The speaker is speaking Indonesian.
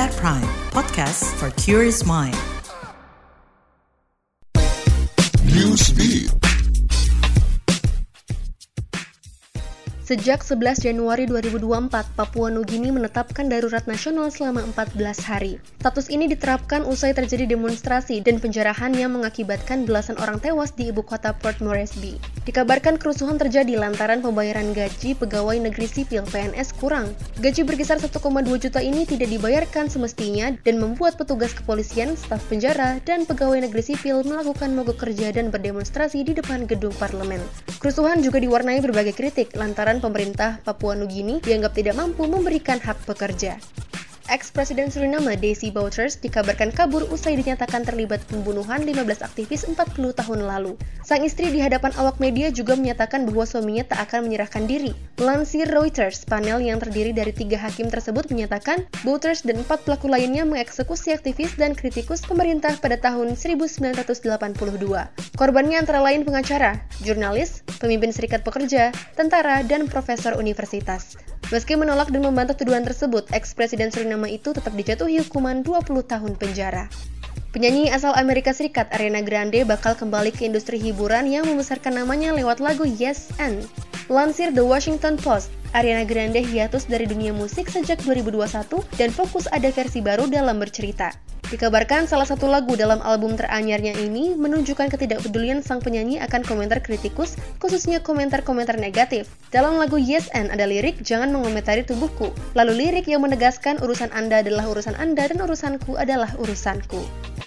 KBR Prime, podcast for curious mind. Newsbeat. Sejak 11 Januari 2024, Papua Nugini menetapkan darurat nasional selama 14 hari. Status ini diterapkan usai terjadi demonstrasi dan penjarahan yang mengakibatkan belasan orang tewas di ibu kota Port Moresby. Dikabarkan kerusuhan terjadi lantaran pembayaran gaji pegawai negeri sipil (PNS) kurang. Gaji berkisar 1,2 juta ini tidak dibayarkan semestinya dan membuat petugas kepolisian, staf penjara, dan pegawai negeri sipil melakukan mogok kerja dan berdemonstrasi di depan gedung parlemen. Kerusuhan juga diwarnai berbagai kritik lantaran pemerintah Papua Nugini dianggap tidak mampu memberikan hak pekerja. Ex-Presiden Suriname Desi Bouterse dikabarkan kabur usai dinyatakan terlibat pembunuhan 15 aktivis 40 tahun lalu. Sang istri di hadapan awak media juga menyatakan bahwa suaminya tak akan menyerahkan diri. Melansir Reuters, panel yang terdiri dari 3 hakim tersebut menyatakan Bouterse dan 4 pelaku lainnya mengeksekusi aktivis dan kritikus pemerintah pada tahun 1982. Korbannya antara lain pengacara, jurnalis, pemimpin serikat pekerja, tentara, dan profesor universitas. Meski menolak dan membantah tuduhan tersebut, ex-presiden Suriname itu tetap dijatuhi hukuman 20 tahun penjara. Penyanyi asal Amerika Serikat Ariana Grande bakal kembali ke industri hiburan yang membesarkan namanya lewat lagu Yes and. Lansir The Washington Post, Ariana Grande hiatus dari dunia musik sejak 2021 dan fokus ada versi baru dalam bercerita. Dikabarkan salah satu lagu dalam album teranyarnya ini menunjukkan ketidakpedulian sang penyanyi akan komentar kritikus, khususnya komentar-komentar negatif. Dalam lagu Yes and ada lirik "Jangan mengomentari tubuhku", lalu lirik yang menegaskan urusan Anda adalah urusan Anda dan urusanku adalah urusanku.